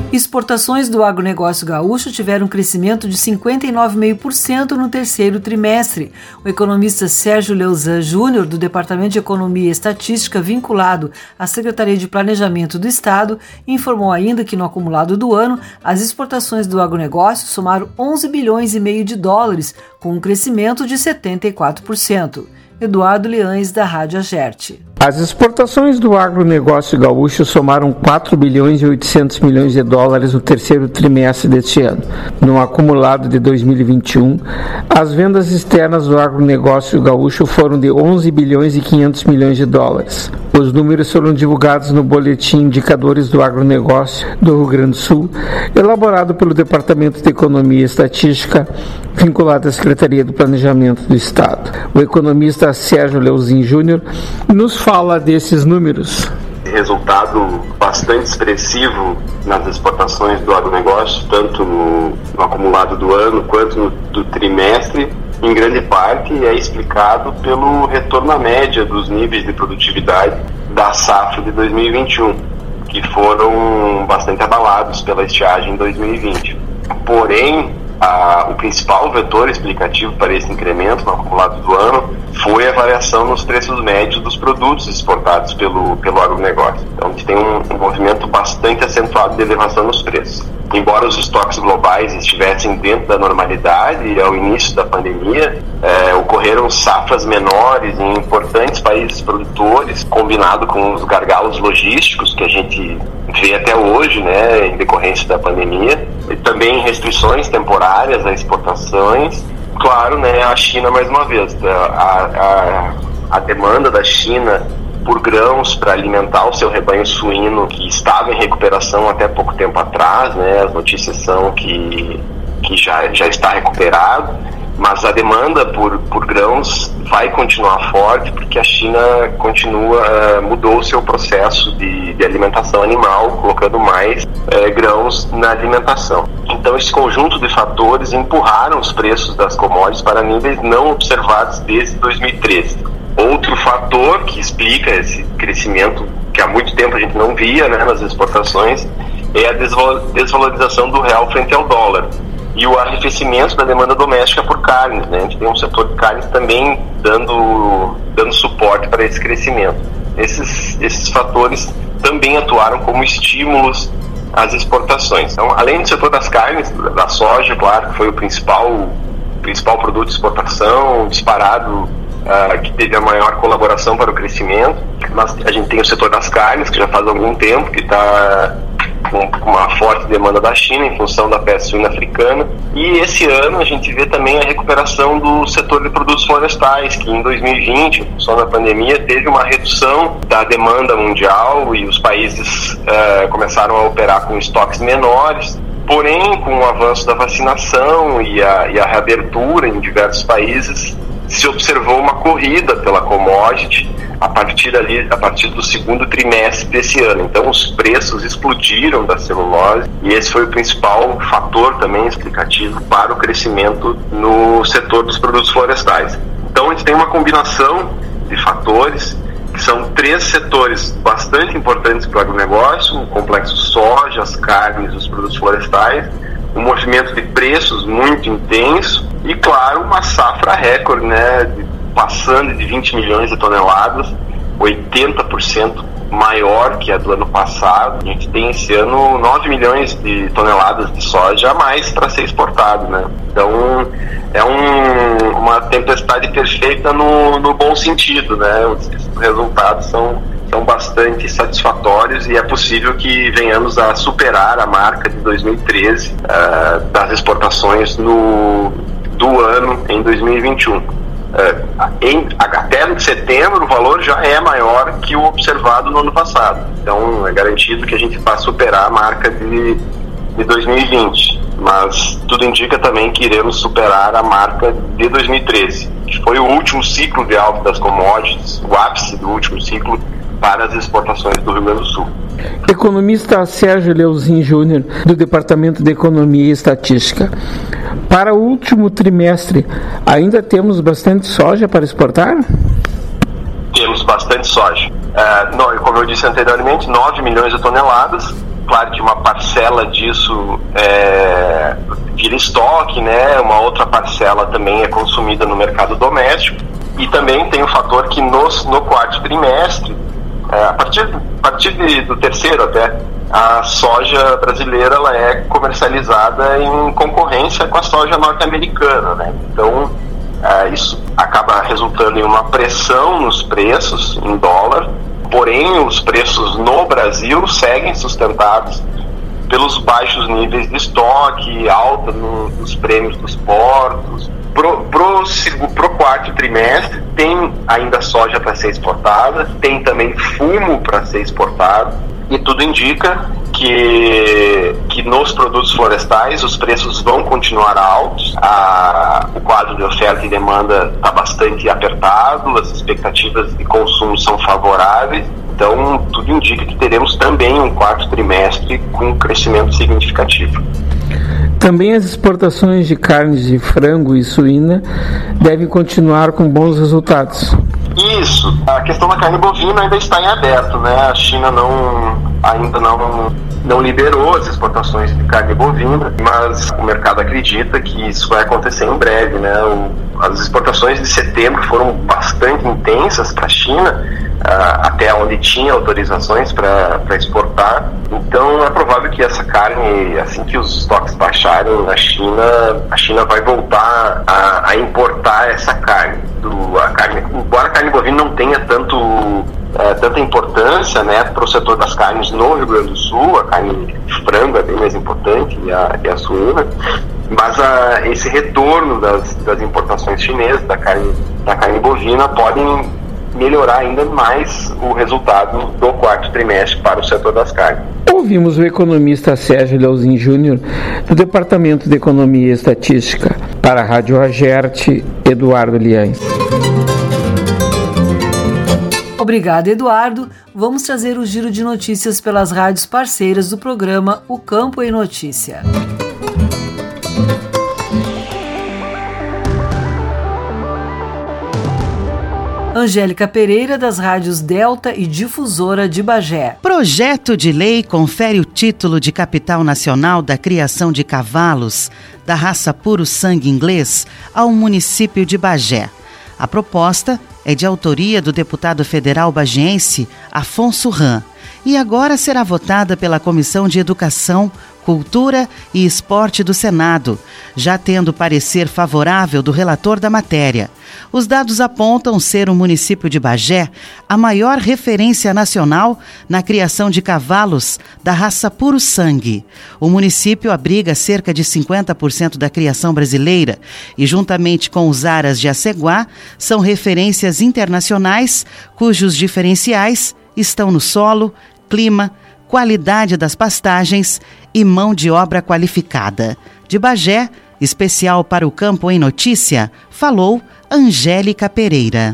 Exportações do agronegócio gaúcho tiveram um crescimento de 59,5% no terceiro trimestre. O economista Sérgio Leuzan Júnior, do Departamento de Economia e Estatística vinculado à Secretaria de Planejamento do Estado, informou ainda que no acumulado do ano, as exportações do agronegócio somaram 11 bilhões e meio de dólares, com um crescimento de 74%. Eduardo Leães, da Rádio Agerte. As exportações do agronegócio gaúcho somaram 4 bilhões e 800 milhões de dólares no terceiro trimestre deste ano. No acumulado de 2021, as vendas externas do agronegócio gaúcho foram de 11 bilhões e 500 milhões de dólares. Os números foram divulgados no Boletim Indicadores do Agronegócio do Rio Grande do Sul, elaborado pelo Departamento de Economia e Estatística, vinculado à Secretaria do Planejamento do Estado. O economista Sérgio Leuzan Júnior nos fala desses números. Resultado bastante expressivo nas exportações do agronegócio, tanto no acumulado do ano quanto do trimestre, em grande parte é explicado pelo retorno à média dos níveis de produtividade da safra de 2021, que foram bastante abalados pela estiagem em 2020. Porém, o principal vetor explicativo para esse incremento no acumulado do ano foi a variação nos preços médios dos produtos exportados pelo agronegócio. Então, a gente tem um movimento bastante acentuado de elevação nos preços. Embora os estoques globais estivessem dentro da normalidade, ao início da pandemia, ocorreram safras menores em importantes países produtores, combinado com os gargalos logísticos que a gente vê até hoje, né, em decorrência da pandemia, e também restrições temporárias a exportações. Claro, né, a China, mais uma vez, a demanda da China por grãos para alimentar o seu rebanho suíno, que estava em recuperação até pouco tempo atrás, né, as notícias são que já está recuperado, mas a demanda por grãos vai continuar forte porque a China mudou o seu processo de alimentação animal, colocando mais grãos na alimentação. Então, esse conjunto de fatores empurraram os preços das commodities para níveis não observados desde 2013. Outro fator que explica esse crescimento que há muito tempo a gente não via, né, nas exportações é a desvalorização do real frente ao dólar e o arrefecimento da demanda doméstica por carnes, né? A gente tem um setor de carnes também dando suporte para esse crescimento. Esses fatores também atuaram como estímulos às exportações. Então, além do setor das carnes, da soja, claro, que foi o principal produto de exportação, disparado, que teve a maior colaboração para o crescimento, mas a gente tem o setor das carnes, que já faz algum tempo que está com uma forte demanda da China em função da peste suína africana, e esse ano a gente vê também a recuperação do setor de produtos florestais, que em 2020, em função da pandemia, teve uma redução da demanda mundial e os países começaram a operar com estoques menores. Porém, com o avanço da vacinação e a reabertura em diversos países, se observou uma corrida pela commodity a partir do segundo trimestre desse ano. Então, os preços explodiram da celulose e esse foi o principal fator também explicativo para o crescimento no setor dos produtos florestais. Então, a gente tem uma combinação de fatores que são 3 setores bastante importantes para o agronegócio: o complexo soja, as carnes, os produtos florestais, um movimento de preços muito intenso e, claro, uma safra recorde, né, passando de 20 milhões de toneladas, 80% maior que a do ano passado. A gente tem esse ano 9 milhões de toneladas de soja a mais para ser exportado, né? Então, é uma tempestade perfeita no bom sentido, né? Os resultados são bastante satisfatórios e é possível que venhamos a superar a marca de 2013 das exportações do ano em 2021. Até setembro o valor já é maior que o observado no ano passado, então é garantido que a gente vai superar a marca de 2020, mas tudo indica também que iremos superar a marca de 2013, que foi o último ciclo de alta das commodities, o ápice do último ciclo para as exportações do Rio Grande do Sul. Economista Sérgio Leuzan Júnior, do Departamento de Economia e Estatística. Para o último trimestre, ainda temos bastante soja para exportar? Temos bastante soja. Como eu disse anteriormente, 9 milhões de toneladas, claro que uma parcela disso vira estoque, né? Uma outra parcela também é consumida no mercado doméstico. E também tem o fator que no quarto trimestre, a partir do terceiro até, a soja brasileira ela é comercializada em concorrência com a soja norte-americana, né? Então, isso acaba resultando em uma pressão nos preços em dólar, porém os preços no Brasil seguem sustentados pelos baixos níveis de estoque, alta nos prêmios dos portos. Pro quarto trimestre tem ainda soja para ser exportada, tem também fumo para ser exportado, e tudo indica que nos produtos florestais os preços vão continuar altos. O quadro de oferta e demanda está bastante apertado, as expectativas de consumo são favoráveis, então tudo indica que teremos também um quarto trimestre com um crescimento significativo. Também as exportações de carnes de frango e suína devem continuar com bons resultados. Isso. A questão da carne bovina ainda está em aberto, né? A China ainda não liberou as exportações de carne bovina, mas o mercado acredita que isso vai acontecer em breve, né? As exportações de setembro foram bastante intensas para a China, até onde tinha autorizações para exportar. Então é provável que essa carne, assim que os estoques baixarem na China, a China vai voltar a importar essa carne. Embora a carne bovina não tenha tanta importância, né, para o setor das carnes no Rio Grande do Sul, a carne de frango é bem mais importante e a suína, mas esse retorno das importações chinesas da carne bovina podem melhorar ainda mais o resultado do quarto trimestre para o setor das carnes. Ouvimos o economista Sérgio Leozin Júnior, do Departamento de Economia e Estatística. Para a Rádio Agerte, Eduardo Liães. Obrigado, Eduardo. Vamos trazer o giro de notícias pelas rádios parceiras do programa O Campo em Notícia. Angélica Pereira, das rádios Delta e Difusora de Bagé. Projeto de lei confere o título de capital nacional da criação de cavalos da raça puro sangue inglês ao município de Bagé. A proposta é de autoria do deputado federal bagiense Afonso Ram e agora será votada pela Comissão de Educação, Cultura e Esporte do Senado, já tendo parecer favorável do relator da matéria. Os dados apontam ser o município de Bagé a maior referência nacional na criação de cavalos da raça puro sangue. O município abriga cerca de 50% da criação brasileira e, juntamente com os aras de Aceguá, são referências internacionais cujos diferenciais estão no solo, clima, qualidade das pastagens e mão de obra qualificada. De Bagé, especial para o Campo em Notícia, falou Angélica Pereira.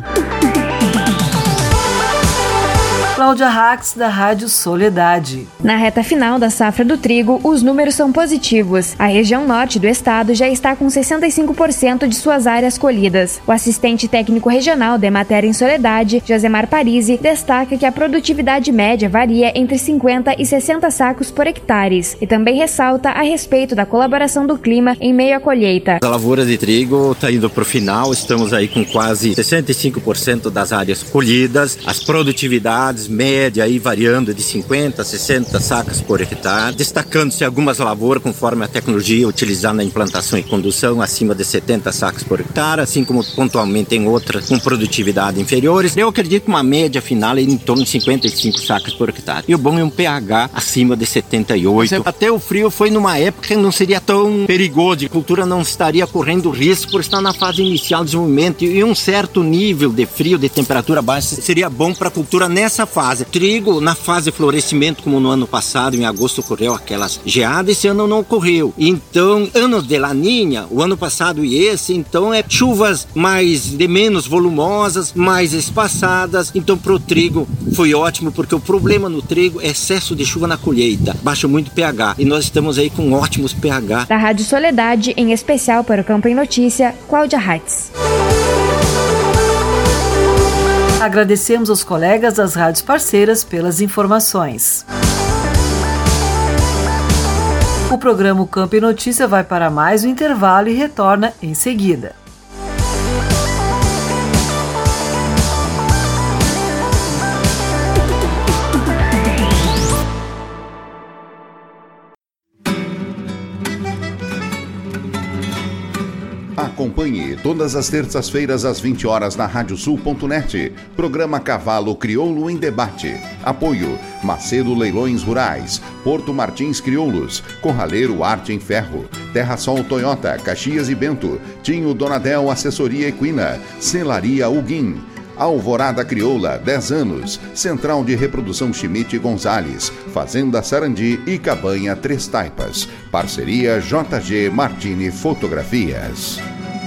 Cláudia Rax, da Rádio Soledade. Na reta final da safra do trigo, os números são positivos. A região norte do estado já está com 65% de suas áreas colhidas. O assistente técnico regional da Emater em Soledade, Josemar Parisi, destaca que a produtividade média varia entre 50 e 60 sacos por hectare e também ressalta a respeito da colaboração do clima em meio à colheita. A lavoura de trigo está indo para o final, estamos aí com quase 65% das áreas colhidas, as produtividades média aí variando de 50 a 60 sacas por hectare, destacando-se algumas lavouras conforme a tecnologia utilizada na implantação e condução acima de 70 sacas por hectare, assim como pontualmente tem outras com produtividade inferiores. Eu acredito que uma média final é em torno de 55 sacas por hectare. E o bom é um pH acima de 78. Até o frio foi numa época que não seria tão perigoso, a cultura não estaria correndo risco por estar na fase inicial de desenvolvimento, e um certo nível de frio, de temperatura baixa, seria bom para a cultura nessa fase. Trigo, na fase de florescimento, como no ano passado, em agosto ocorreu aquelas geadas, esse ano não ocorreu. Então, anos de laninha, o ano passado e esse, então chuvas de menos volumosas, mais espaçadas. Então, pro trigo foi ótimo, porque o problema no trigo é excesso de chuva na colheita, baixa muito pH, e nós estamos aí com ótimos pH. Da Rádio Soledade, em especial para o Campo em Notícia, Cláudia Reitz. Agradecemos aos colegas das rádios parceiras pelas informações. O programa Campo e Notícia vai para mais um intervalo e retorna em seguida. Acompanhe todas as terças-feiras às 20 horas na radiosul.net. Programa Cavalo Crioulo em Debate. Apoio Macedo Leilões Rurais, Porto Martins Crioulos, Corraleiro Arte em Ferro, Terra Sol Toyota, Caxias e Bento, Tinho Donadel Assessoria Equina, Celaria Huguim, Alvorada Crioula, 10 anos, Central de Reprodução Schmidt Gonzalez, Fazenda Sarandi e Cabanha Três Taipas. Parceria JG Martini Fotografias.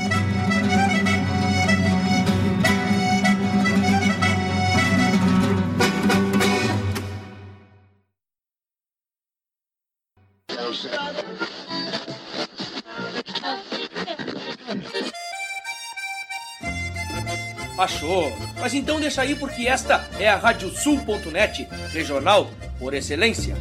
Achou? Mas então deixa aí porque esta é a radiosul.net, regional por excelência.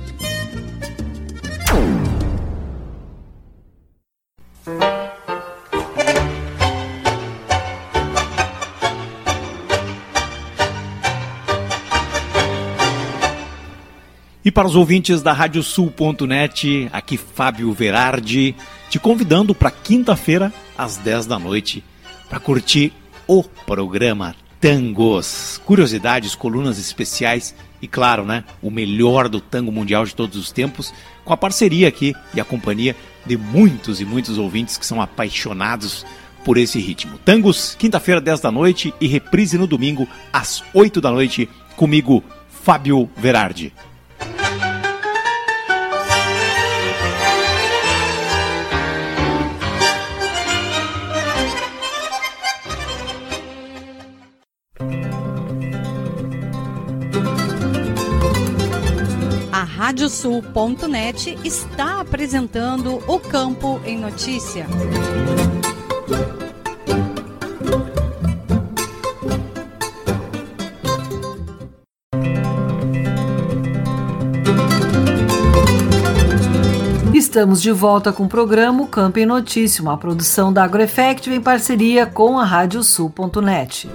E para os ouvintes da radiosul.net, aqui Fábio Verardi, te convidando para quinta-feira às 10 da noite para curtir o programa Tangos, curiosidades, colunas especiais e, claro, né, o melhor do tango mundial de todos os tempos, com a parceria aqui e a companhia de muitos e muitos ouvintes que são apaixonados por esse ritmo. Tangos, quinta-feira, 10 da noite e reprise no domingo às 8 da noite, comigo, Fábio Verardi. A radiosul.net está apresentando o Campo em Notícia. Estamos de volta com o programa Campo em Notícia, uma produção da AgroEffective em parceria com a radiosul.net.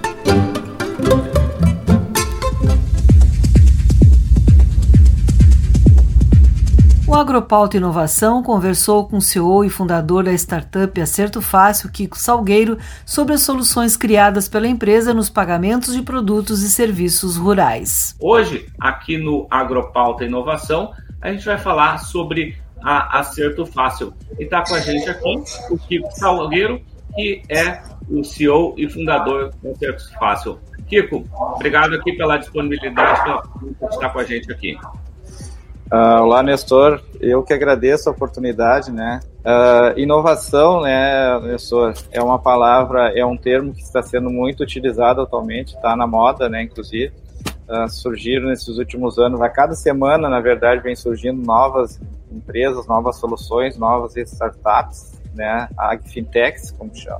O Agropauta Inovação conversou com o CEO e fundador da startup Acerto Fácil, Kiko Salgueiro, sobre as soluções criadas pela empresa nos pagamentos de produtos e serviços rurais. Hoje, aqui no Agropauta Inovação, a gente vai falar sobre a Acerto Fácil. E está com a gente aqui o Kiko Salgueiro, que é o CEO e fundador do Acerto Fácil. Kiko, obrigado aqui pela disponibilidade de estar com a gente aqui. Olá, Nestor. Eu que agradeço a oportunidade, né? Inovação, né, Nestor, é uma palavra, é um termo que está sendo muito utilizado atualmente, está na moda, né, inclusive. Surgiram nesses últimos anos, a cada semana, na verdade, vem surgindo novas empresas, novas soluções, novas startups, né, AgFintechs, como chama.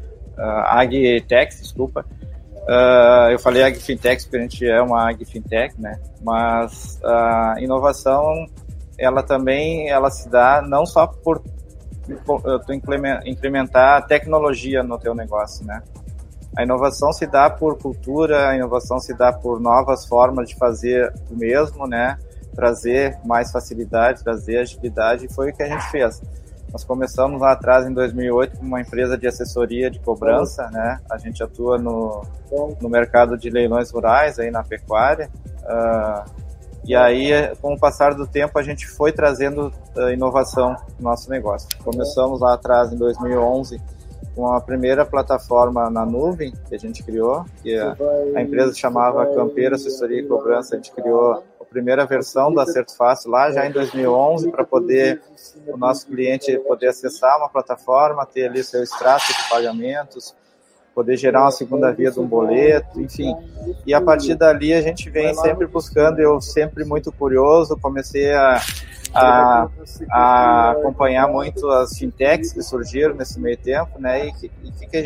AgTechs, desculpa. Eu falei AgFintechs porque a gente é uma AgFintech, né? Mas a inovação, ela também se dá não só por tu implementar tecnologia no teu negócio, né? A inovação se dá por cultura, a inovação se dá por novas formas de fazer o mesmo, né? Trazer mais facilidade, trazer agilidade, e foi o que a gente fez. Nós começamos lá atrás, em 2008, com uma empresa de assessoria de cobrança, né? A gente atua no mercado de leilões rurais, aí na pecuária. E aí, com o passar do tempo, a gente foi trazendo inovação no nosso negócio. Começamos lá atrás, em 2011, com a primeira plataforma na nuvem que a gente criou, que a empresa chamava Campeiro Assessoria e Cobrança. A gente criou a primeira versão do Acerto Fácil lá já em 2011, para poder o nosso cliente poder acessar uma plataforma, ter ali seu extrato de pagamentos, poder gerar uma segunda via de um boleto, enfim. E a partir dali a gente vem sempre buscando, eu sempre muito curioso, comecei a acompanhar muito as fintechs que surgiram nesse meio tempo, né? E o que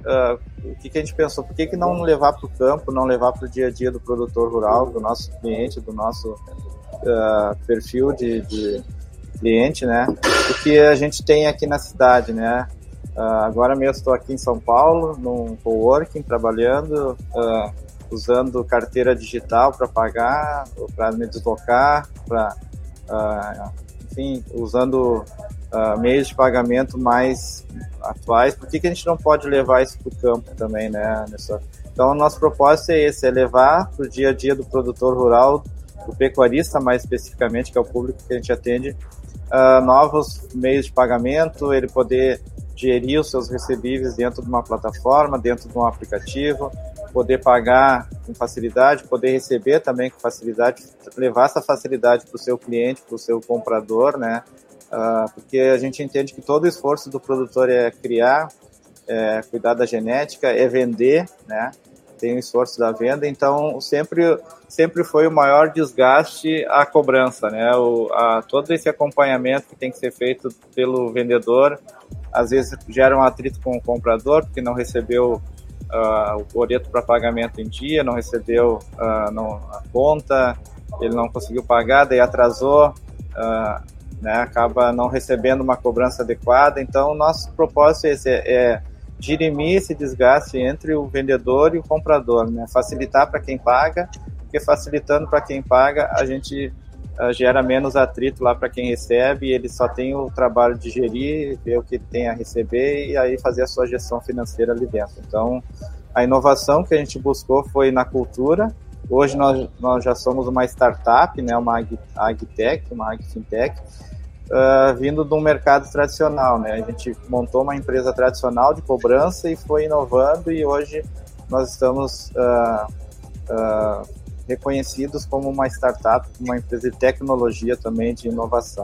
a gente pensou? Por que não levar para o campo, não levar para o dia a dia do produtor rural, do nosso cliente, do nosso perfil de cliente, né? O que a gente tem aqui na cidade, né? Agora mesmo estou aqui em São Paulo, num coworking, trabalhando, usando carteira digital para pagar, para me deslocar, enfim, usando meios de pagamento mais atuais. Por que a gente não pode levar isso para o campo também, né? Então, o nosso propósito é esse, é levar para o dia a dia do produtor rural, do pecuarista mais especificamente, que é o público que a gente atende, novos meios de pagamento, ele poder gerir os seus recebíveis dentro de uma plataforma, dentro de um aplicativo, poder pagar com facilidade, poder receber também com facilidade, levar essa facilidade para o seu cliente, para o seu comprador, né? Porque a gente entende que todo o esforço do produtor é criar, cuidar da genética, é vender, né? Tem o esforço da venda, então sempre foi o maior desgaste a cobrança, né? Todo esse acompanhamento que tem que ser feito pelo vendedor, às vezes gera um atrito com o comprador, porque não recebeu o boleto para pagamento em dia, não recebeu a conta, ele não conseguiu pagar, daí atrasou, né? Acaba não recebendo uma cobrança adequada. Então, o nosso propósito é dirimir esse desgaste entre o vendedor e o comprador, né? Facilitar para quem paga, porque facilitando para quem paga, a gente gera menos atrito lá para quem recebe, e ele só tem o trabalho de gerir, ver o que ele tem a receber e aí fazer a sua gestão financeira ali dentro. Então, a inovação que a gente buscou foi na cultura. Hoje nós já somos uma startup, né? Uma agtech, uma agfintech, vindo de um mercado tradicional, né? A gente montou uma empresa tradicional de cobrança e foi inovando, e hoje nós estamos reconhecidos como uma startup, uma empresa de tecnologia também, de inovação.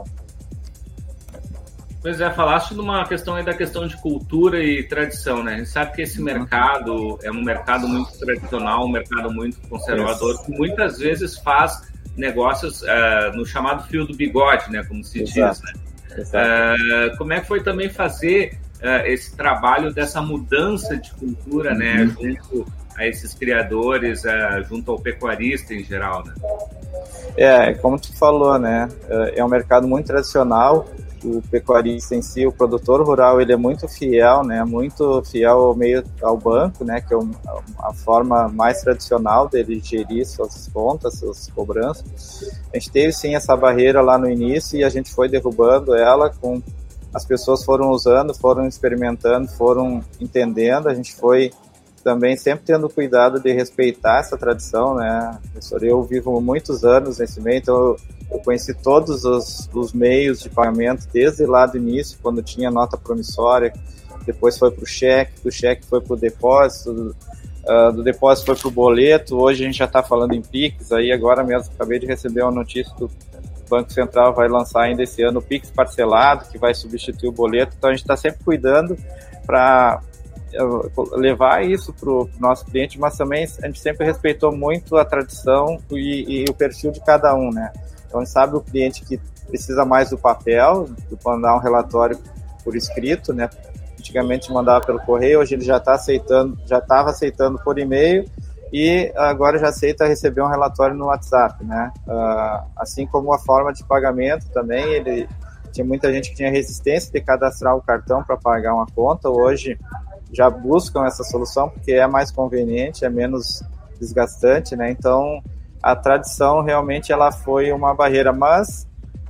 Pois é, falaste de uma questão aí da questão de cultura e tradição, né? A gente sabe que esse mercado é um mercado muito tradicional, um mercado muito conservador, que muitas vezes faz negócios no chamado fio do bigode, né? Como se diz, né? Como é que foi também fazer esse trabalho dessa mudança de cultura, né? Junto a esses criadores, junto ao pecuarista em geral, né? Como tu falou, né? É um mercado muito tradicional. O pecuarista em si, o produtor rural, ele é muito fiel, né? Muito fiel ao banco, né? Que é a forma mais tradicional dele gerir suas contas, suas cobranças. A gente teve sim essa barreira lá no início e a gente foi derrubando ela, as pessoas foram usando, foram experimentando, foram entendendo. A gente foi também sempre tendo cuidado de respeitar essa tradição, né? Eu vivo muitos anos nesse meio, então eu conheci todos os meios de pagamento desde lá do início, quando tinha nota promissória, depois foi para o cheque, do cheque foi para o depósito, do depósito foi para o boleto. Hoje a gente já está falando em Pix, aí agora mesmo acabei de receber uma notícia do Banco Central, vai lançar ainda esse ano o Pix parcelado, que vai substituir o boleto. Então a gente está sempre cuidando para levar isso para o nosso cliente, mas também a gente sempre respeitou muito a tradição e o perfil de cada um, né? Então a gente sabe o cliente que precisa mais do papel, de mandar um relatório por escrito, né? Antigamente mandava pelo correio, hoje ele já estava aceitando por e-mail e agora já aceita receber um relatório no WhatsApp, né? Assim como a forma de pagamento também, tinha muita gente que tinha resistência de cadastrar o cartão para pagar uma conta. Hoje já buscam essa solução porque é mais conveniente, é menos desgastante, né? Então, a tradição realmente ela foi uma barreira, mas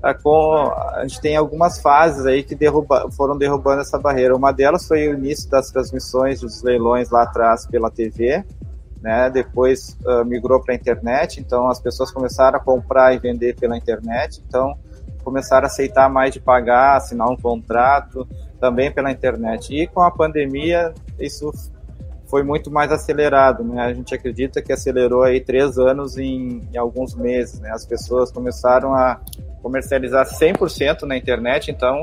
a gente tem algumas fases aí que foram derrubando essa barreira. Uma delas foi o início das transmissões dos leilões lá atrás pela TV, né? Depois migrou para a internet, então as pessoas começaram a comprar e vender pela internet, então começaram a aceitar mais de pagar, assinar um contrato também pela internet. E com a pandemia, isso foi muito mais acelerado, né? A gente acredita que acelerou aí 3 anos em alguns meses, né? As pessoas começaram a comercializar 100% na internet, então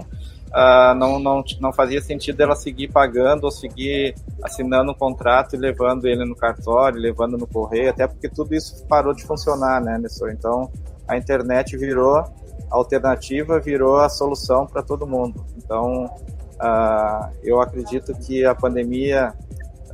não fazia sentido ela seguir pagando ou seguir assinando um contrato e levando ele no cartório, levando no correio, até porque tudo isso parou de funcionar, né, Nessor? Então, a internet virou a alternativa, virou a solução para todo mundo. Então, eu acredito que a pandemia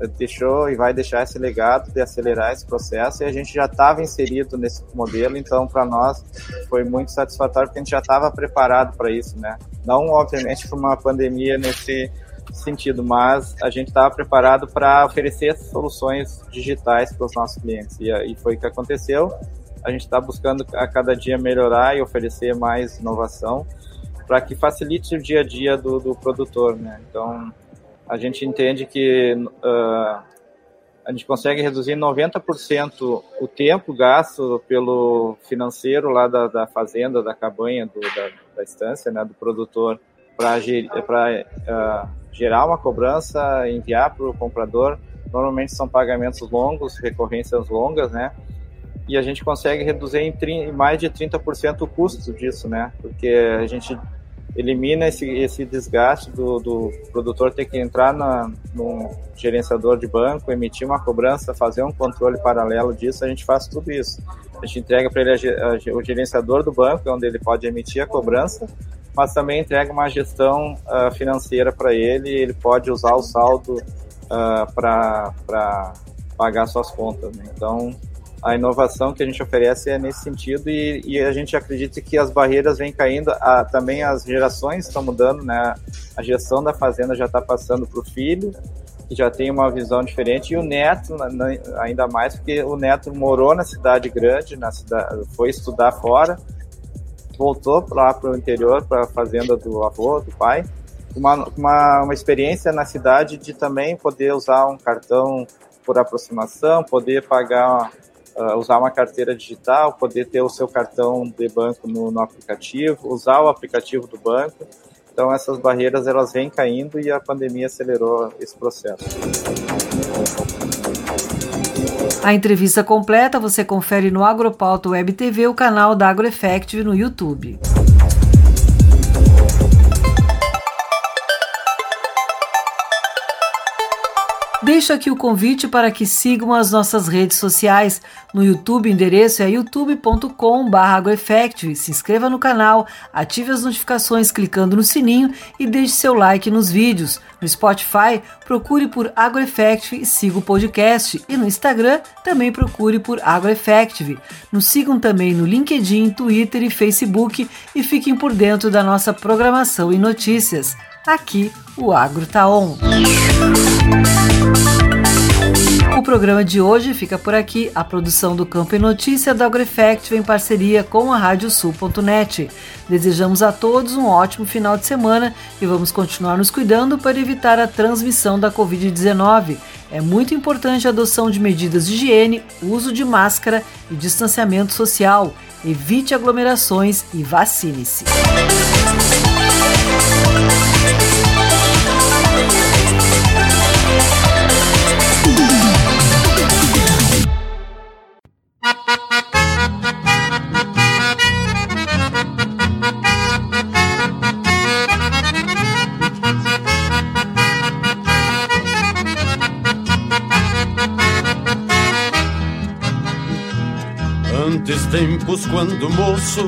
deixou e vai deixar esse legado de acelerar esse processo, e a gente já estava inserido nesse modelo, então para nós foi muito satisfatório, porque a gente já estava preparado para isso, né? Não, obviamente, para uma pandemia nesse sentido, mas a gente estava preparado para oferecer soluções digitais para os nossos clientes, e foi o que aconteceu. A gente está buscando a cada dia melhorar e oferecer mais inovação para que facilite o dia a dia do produtor, né? Então, a gente entende que a gente consegue reduzir 90% o tempo gasto pelo financeiro lá da fazenda, da cabanha, da estância, né, do produtor, para gerar uma cobrança, enviar para o comprador. Normalmente são pagamentos longos, recorrências longas, né? E a gente consegue reduzir em mais de 30% o custo disso, né? Porque a gente elimina esse desgaste do produtor ter que entrar num gerenciador de banco, emitir uma cobrança, fazer um controle paralelo disso. A gente faz tudo isso. A gente entrega para ele o gerenciador do banco, onde ele pode emitir a cobrança, mas também entrega uma gestão financeira para ele, e ele pode usar o saldo para pagar suas contas, né? Então, a inovação que a gente oferece é nesse sentido, e a gente acredita que as barreiras vêm caindo, também as gerações estão mudando, né? A gestão da fazenda já está passando para o filho, que já tem uma visão diferente, e o neto ainda mais, porque o neto morou na cidade grande, foi estudar fora, voltou lá para o interior, para a fazenda do avô, do pai, uma experiência na cidade de também poder usar um cartão por aproximação, poder pagar, usar uma carteira digital, poder ter o seu cartão de banco no aplicativo, usar o aplicativo do banco. Então essas barreiras elas vêm caindo, e a pandemia acelerou esse processo. A entrevista completa você confere no Agropauta Web TV, o canal da AgroEffective no YouTube. Deixo aqui o convite para que sigam as nossas redes sociais. No YouTube, o endereço é youtube.com/agroeffective. Se inscreva no canal, ative as notificações clicando no sininho e deixe seu like nos vídeos. No Spotify, procure por AgroEffective e siga o podcast. E no Instagram, também procure por AgroEffective. Nos sigam também no LinkedIn, Twitter e Facebook, e fiquem por dentro da nossa programação e notícias. Aqui, o Agro tá on. O programa de hoje fica por aqui. A produção do Campo e Notícia da AgroEffective em parceria com a radiosul.net. Desejamos a todos um ótimo final de semana e vamos continuar nos cuidando para evitar a transmissão da Covid-19. É muito importante a adoção de medidas de higiene, uso de máscara e distanciamento social. Evite aglomerações e vacine-se. Antes tempos, quando moço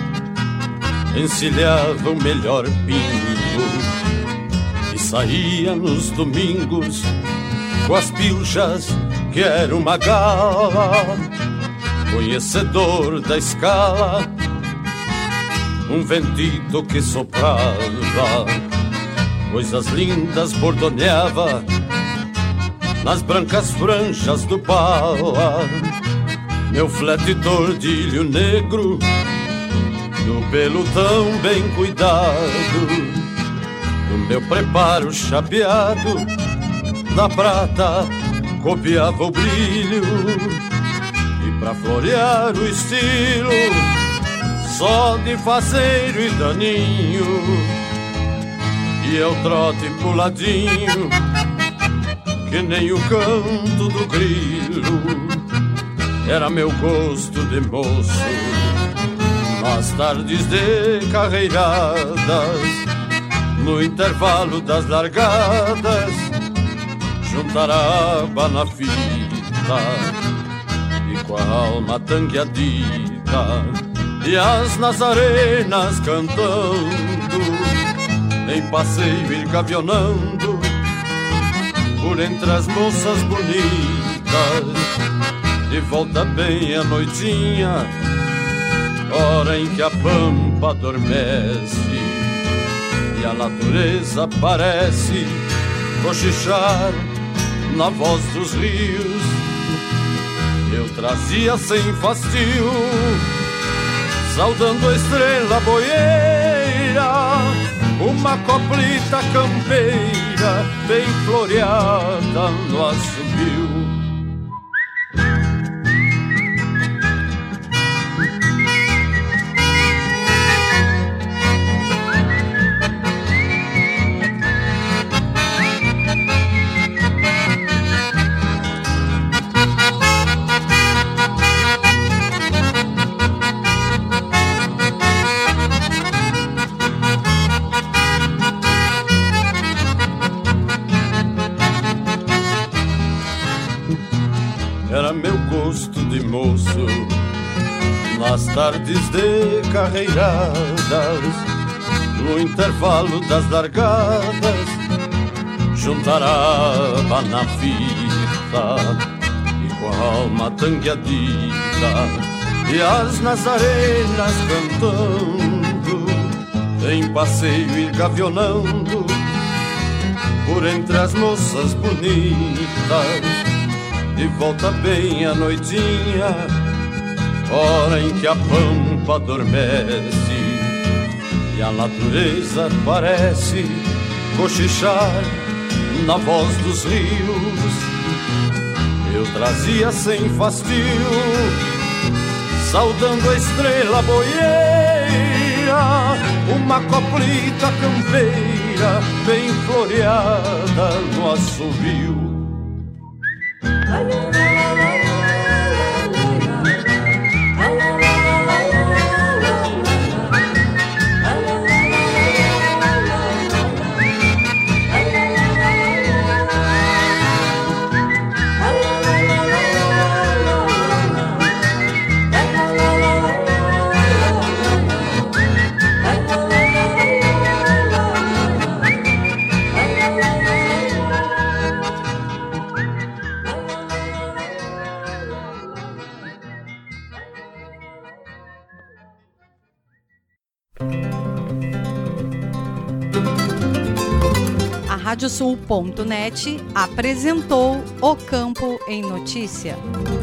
encilhava o melhor pingo e saía nos domingos com as pilchas que era uma gala, conhecedor da escala, um ventito que soprava, coisas lindas bordoneava nas brancas franjas do pala. Meu flete tordilho negro, do pelo tão bem cuidado, do meu preparo chapeado, da prata copiava o brilho, e pra florear o estilo, só de faceiro e daninho, e eu trote puladinho, que nem o canto do grilo. Era meu gosto de moço, nas tardes de carreiradas, no intervalo das largadas, juntar a aba na fita e com a alma tangueadita, e as nazarenas cantando, em passeio ir gavionando, por entre as moças bonitas, de volta bem a noitinha, hora em que a pampa adormece e a natureza parece cochichar na voz dos rios. Eu trazia sem fastio, saudando a estrela boieira, uma coplita campeira bem floreada no assobio. Era meu gosto de moço, nas tardes de carreiradas, no intervalo das largadas, juntar a na fita e com a alma tangueadita, e as nazarenas cantando, em passeio ir gavionando por entre as moças bonitas, de volta bem a noitinha, hora em que a pampa adormece e a natureza parece cochichar na voz dos rios. Eu trazia sem fastio, saudando a estrela boieira, uma coplita campeira bem floreada no assovio. Radiosul.net apresentou O Campo em Notícia.